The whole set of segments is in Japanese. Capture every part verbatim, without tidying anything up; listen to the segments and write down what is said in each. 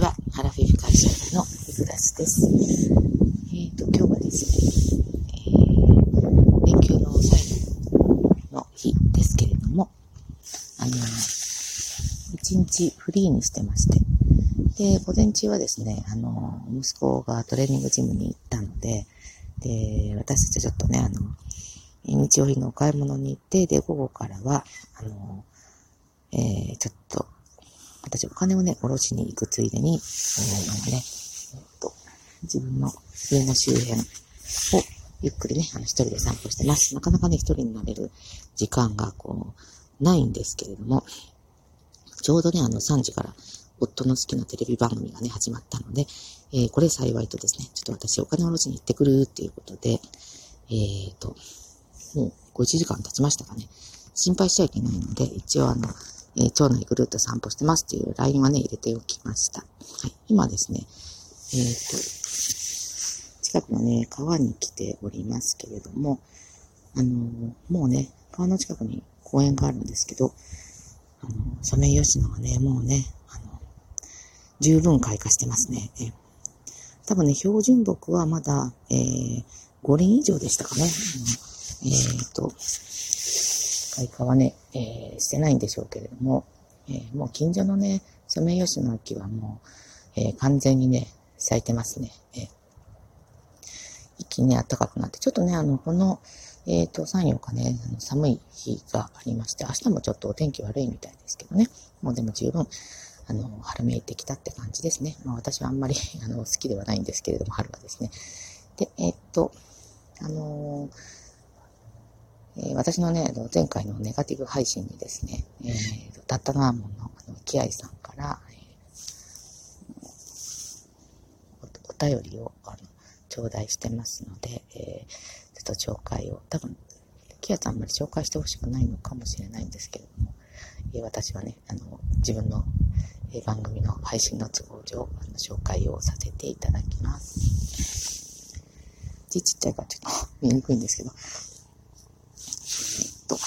は。アラフィフ会社員の日暮です。えっと、今日はですね、えー、連休の最後の日ですけれども、あの、一日フリーにしてまして、で、午前中はですね、あの、息子がトレーニングジムに行ったので、で、私たちちょっとね、あの、日用品のお買い物に行って、で、午後からは、あの、えー、ちょっと、私お金をね、下ろしに行くついでに、えー、ね、えー、っと、自分の家の周辺をゆっくりね、あの、一人で散歩してます。なかなかね、一人になれる時間がこう、ないんですけれども、ちょうどね、あの、さんじから夫の好きなテレビ番組がね、始まったので、えー、これ幸いとですね、ちょっと私お金を下ろしに行ってくるっていうことで、えーと、もうごいちじかん経ちましたかね。心配しちゃいけないので、一応あの、えー、町内ぐるっと散歩してますっていう ライン はね、入れておきました。はい。今ですね、えーと、近くのね、川に来ておりますけれども、あのー、もうね、川の近くに公園があるんですけど、あのー、ソメイヨシノがね、もうね、あのー、十分開花してますね。えー、多分ね、標準木はまだ、えー、ご輪以上でしたかね。あのえーと、開花はね、えー、してないんでしょうけれども、えー、もう近所のね、ソメイヨシノの木はもう、えー、完全にね、咲いてますね。えー、一気にね、暖かくなって、ちょっとね、あの、この、えーと、さん、よっかね、あの寒い日がありまして、明日もちょっとお天気悪いみたいですけどね、もうでも十分、あの、春めいてきたって感じですね。まあ私はあんまり、あの、好きではないんですけれども、春はですね。で、えーっと、あのーえー、私のね、前回のネガティブ配信にですね、えー、ダッタナーモンのあのキアイさんから、えー、お, お便りをあの頂戴してますので、えー、ちょっと紹介を、多分、キアさんあんまり紹介してほしくないのかもしれないんですけれども、えー、私はね、あの、自分の、えー、番組の配信の都合上、あの紹介をさせていただきます。字ちっちゃいからちょっと見にくいんですけど、と、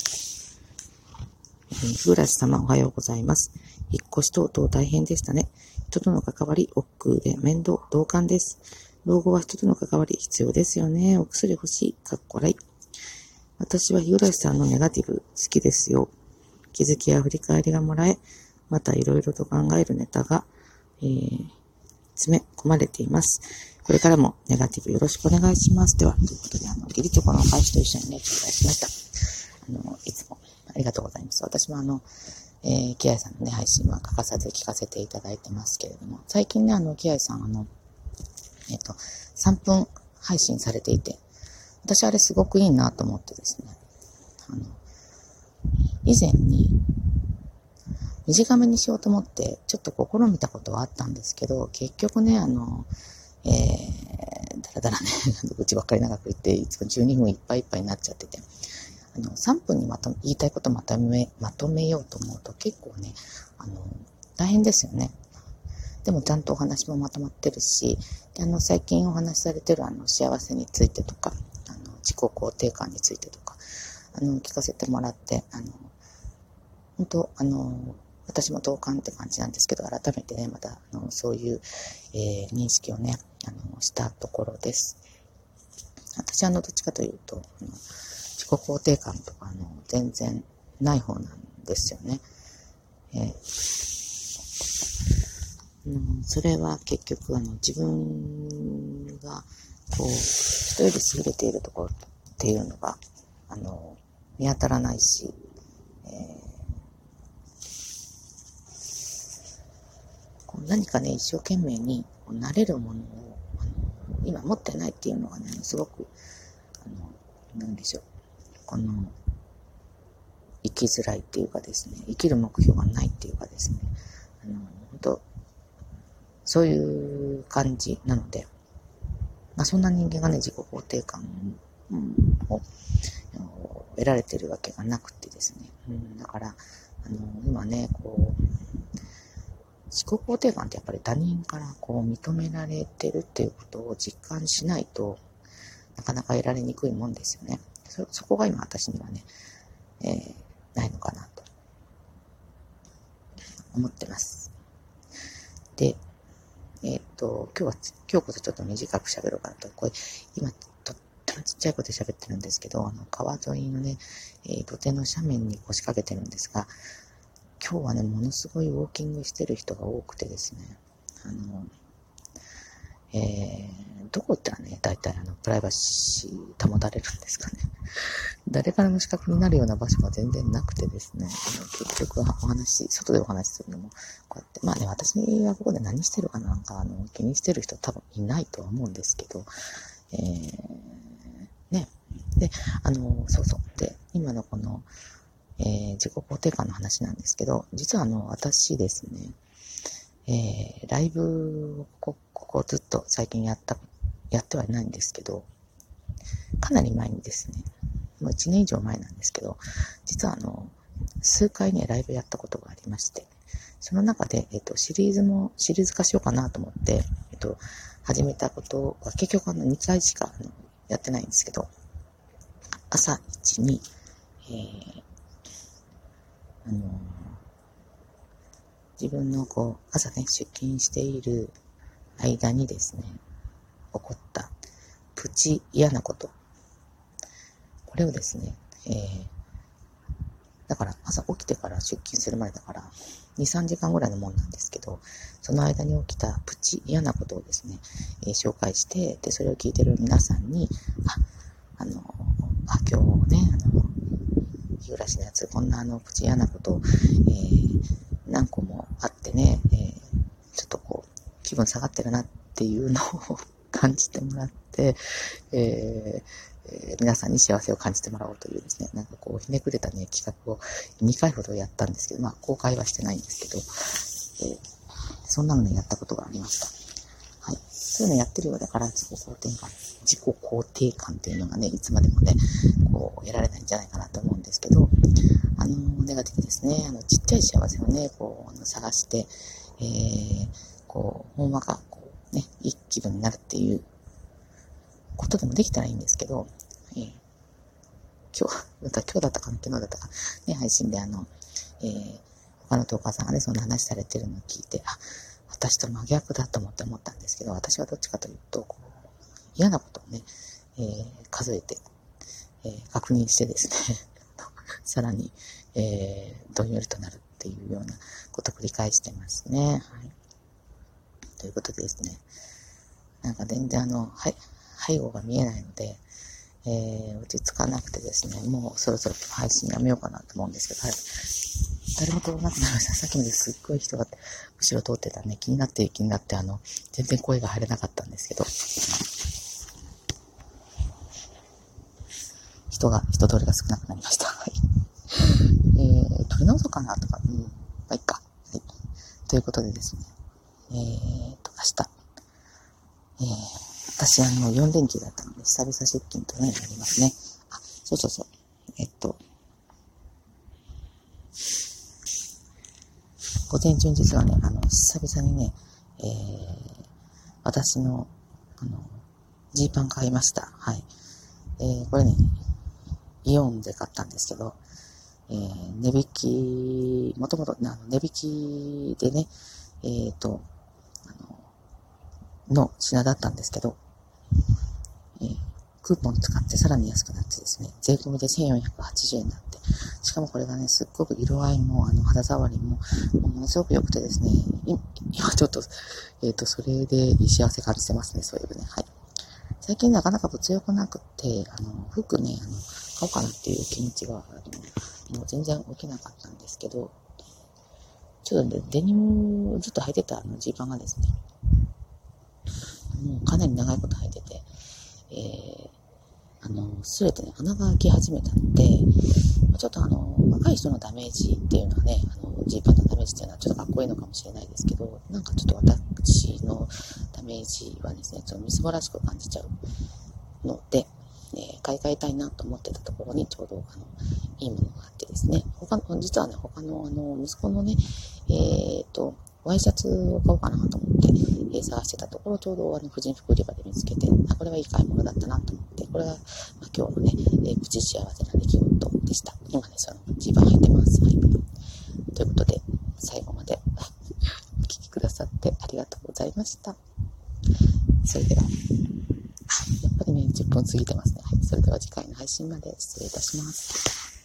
日暮様おはようございます。引っ越し等々大変でしたね。人との関わり、億劫で面倒、同感です。老後は人との関わり必要ですよね。お薬欲しい、かっこ笑い。私は日暮さんのネガティブ好きですよ。気づきや振り返りがもらえ、またいろいろと考えるネタが、えー、詰め込まれています。これからもネガティブよろしくお願いします。では、ということで、あの、ギリチョコの返しと一緒にね、頂戴しました。あの、いつもありがとうございます。私もあの、えー、キアイさんのね、配信は欠かさず聞かせていただいてますけれども、最近ね、あの、キアイさん、あの、えっと、さんぷん配信されていて、私あれすごくいいなと思ってですね、あの、以前に、短めにしようと思って、ちょっと試みたことはあったんですけど、結局ね、あの、えー、だらだらね、うちばっかり長く言って、いつもじゅうにふんいっぱいいっぱいになっちゃってて、あの、さんぷんにまとめ、言いたいことまとめ、まとめようと思うと結構ね、あの、大変ですよね。でもちゃんとお話もまとまってるし、であの、最近お話しされてるあの、幸せについてとか、あの、自己肯定感についてとか、あの、聞かせてもらって、あの、本当あの、私も同感って感じなんですけど、改めてね、また、あの、そういう、えー、認識をね、あの、したところです。私はあの、どっちかというと、あの自己肯定感とか、あの、全然ない方なんですよね。えーうん、それは結局、あの、自分が、こう、人より優れているところっていうのが、あの、見当たらないし、えー何かね、一生懸命になれるものをあの今持ってないっていうのがね、すごく、あの、なんでしょう。この、生きづらいっていうかですね、生きる目標がないっていうかですね、あの、本当そういう感じなので、まあそんな人間がね、自己肯定感を得られてるわけがなくてですね、うん、だから、あの、今ね、こう、自己肯定感ってやっぱり他人からこう認められてるっていうことを実感しないとなかなか得られにくいもんですよね。そ、そこが今私にはね、えー、ないのかなと思ってます。で、 えっと、今日は、今日こそちょっと短く喋ろうかなと。これ、今、とってもちっちゃい声で喋ってるんですけど、あの、川沿いのね、えー、土手の斜面に腰掛けてるんですが、今日はね、ものすごいウォーキングしてる人が多くてですね、あの、えー、どこってはね、大体あの、プライバシー保たれるんですかね。誰からも視覚になるような場所が全然なくてですね、あの結局はお話、外でお話しするのも、こうやって、まあね、私はここで何してるかなんか、あの、気にしてる人多分いないとは思うんですけど、えー、ね。で、あの、そうそう。で、今のこの、えー、自己肯定感の話なんですけど、実はあの、私ですね、えー、ライブをここ、ここずっと最近やった、やってはいないんですけど、かなり前にですね、もういちねん以上前なんですけど、実はあの、数回ね、ライブやったことがありまして、その中で、えっと、シリーズも、シリーズ化しようかなと思って、えっと、始めたことは、結局あの、にかいしかあのやってないんですけど、朝いちに、えー、あのー、自分のこう、朝ね、出勤している間にですね、起こったプチ嫌なこと。これをですね、えー、だから朝起きてから出勤するまでだから、に、さんじかんぐらいのもんなんですけど、その間に起きたプチ嫌なことをですね、えー、紹介して、で、それを聞いてる皆さんに、あ、あの、あ、今日ね、あの、日暮らしのやつ、こんなあの、プチ嫌なことを、えー、何個もあってね、えー、ちょっとこう、気分下がってるなっていうのを感じてもらって、えーえー、皆さんに幸せを感じてもらおうというですね、なんかこう、ひねくれたね、企画をにかいほどやったんですけど、まあ、公開はしてないんですけど、えー、そんなのね、やったことがありました。はい。そういうのやってるようだから、自己肯定感、自己肯定感っていうのがね、いつまでもね、こう、得られないんじゃないかなと思うんですけど、あの、ネガティブですね、あの、ちっちゃい幸せをね、こう、探して、えー、こう、ほんわか、こう、ね、いい気分になるっていうことでもできたらいいんですけど、えー、今日、また今日だったかな、昨日だったかね、配信であの、えー、他のトーカーさんがね、そんな話されてるのを聞いて、あ、私と真逆だと思って思ったんですけど、私はどっちかというと、こう、嫌なことをね、えー、数えて、えー、確認してですね、さらに、えー、どんよりとなるっていうようなことを繰り返してますね。はい。ということでですね、なんか全然あの、はい、背後が見えないので、えー、落ち着かなくてですね、もうそろそろ配信やめようかなと思うんですけど、はい、誰も通らなくなりました。さっきまですっごい人が後ろ通ってたね、気になって気になって、あの、全然声が入れなかったんですけど、人が、人通りが少なくなりました。はい。えー、取り直そうかなとか、うん、まあ、いっか。はい。ということでですね、えーと、明日、えー、私、あの、よん連休だったので、久々出勤とね、なりますね。あ、そうそうそう。えっと、午前中に実はね、あの、久々にね、えー、私の、あの、ジーパン買いました。はい。えー、これね、イオンで買ったんですけど、えー、値引き、もともと、あの、値引きでね、えーと、あの、の品だったんですけど、えー、クーポン使ってさらに安くなってですね、税込みでせんよんひゃくはちじゅうえんになって、しかもこれがね、すっごく色合いも、あの、肌触りも、ものすごく良くてですね、今ちょっと、えっと、それで幸せ感じてますね、そういうね、はい。最近なかなか物欲なくって、あの、服ね、あの、買おうかなっていう気持ちが、あの、もう全然起きなかったんですけど、ちょっとね、デニムずっと履いてたあのジーパンがですね、もうかなり長いこと履いてて、えー、あの、すべてね、穴が開き始めたので、ちょっとあの、若い人のダメージっていうのはね、あの、ジーパンのダメージっていうのはちょっとかっこいいのかもしれないですけど、なんかちょっと私のダメージはですね、ちょっとみすぼらしく感じちゃうので、えー、買い替えたいなと思ってたところにちょうどあの、いいものがあってですね、他の、実はね、他のあの、息子のね、えっと、ワイシャツを買おうかなと思って、えー、探してたところ、ちょうどあの、婦人服売り場で見つけて、あ、これはいい買い物だったなと思って、これが、まあ、今日のね、えー、プチ幸せな出来事でした。今ね、その、ジーパン履いてます。はい。ということで、最後までお聞きください。 さってありがとうございました。それでは、あ、やっぱりね、じゅっぷん過ぎてますね。はい、それでは次回の配信まで失礼いたします。